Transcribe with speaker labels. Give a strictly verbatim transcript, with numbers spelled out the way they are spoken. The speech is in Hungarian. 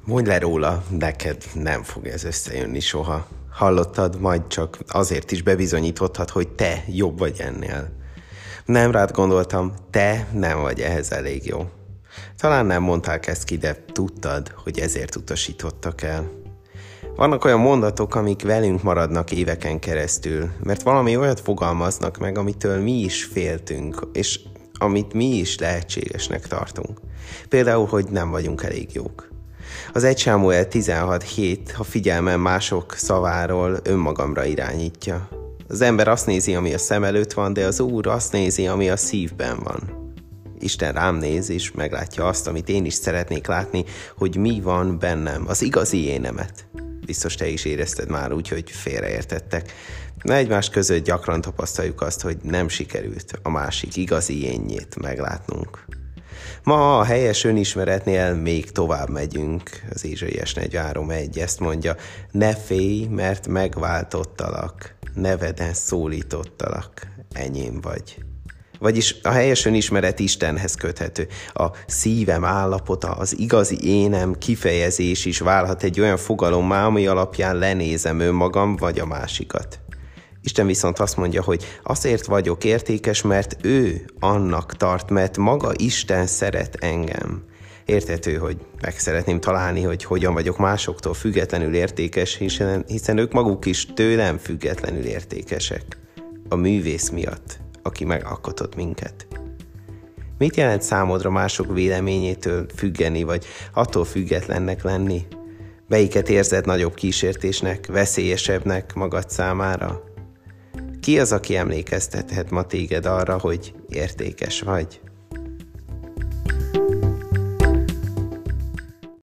Speaker 1: Mondj le róla, neked nem fog ez összejönni soha. Hallottad, majd csak azért is bebizonyíthattad, hogy te jobb vagy ennél. Nem rád gondoltam, te nem vagy ehhez elég jó. Talán nem mondták ezt ki, de tudtad, hogy ezért utasítottak el. Vannak olyan mondatok, amik velünk maradnak éveken keresztül, mert valami olyat fogalmaznak meg, amitől mi is féltünk, és amit mi is lehetségesnek tartunk. Például, hogy nem vagyunk elég jók. Az egy Sámuel tizenhat hét a figyelmem mások szaváról önmagamra irányítja. Az ember azt nézi, ami a szem előtt van, de az Úr azt nézi, ami a szívben van. Isten rám néz, és meglátja azt, amit én is szeretnék látni, hogy mi van bennem, az igazi énemet. Biztos te is érezted már úgy, hogy félreértettek. Na, egymás között gyakran tapasztaljuk azt, hogy nem sikerült a másik igazi énjét meglátnunk. Ma a helyes önismeretnél még tovább megyünk. Az Ézsaiás negyvenhárom egy ezt mondja: ne félj, mert megváltottalak, neveden szólítottalak, enyém vagy. Vagyis a helyes önismeret Istenhez köthető. A szívem állapota, az igazi énem kifejezés is válhat egy olyan fogalommá, ami alapján lenézem önmagam vagy a másikat. Isten viszont azt mondja, hogy azért vagyok értékes, mert ő annak tart, mert maga Isten szeret engem. Érthető, hogy meg szeretném találni, hogy hogyan vagyok másoktól függetlenül értékes, hiszen, hiszen ők maguk is tőlem függetlenül értékesek. A művész miatt, aki megalkotott minket. Mit jelent számodra mások véleményétől függeni, vagy attól függetlennek lenni? Melyiket érzed nagyobb kísértésnek, veszélyesebbnek magad számára? Ki az, aki emlékeztethet ma téged arra, hogy értékes vagy?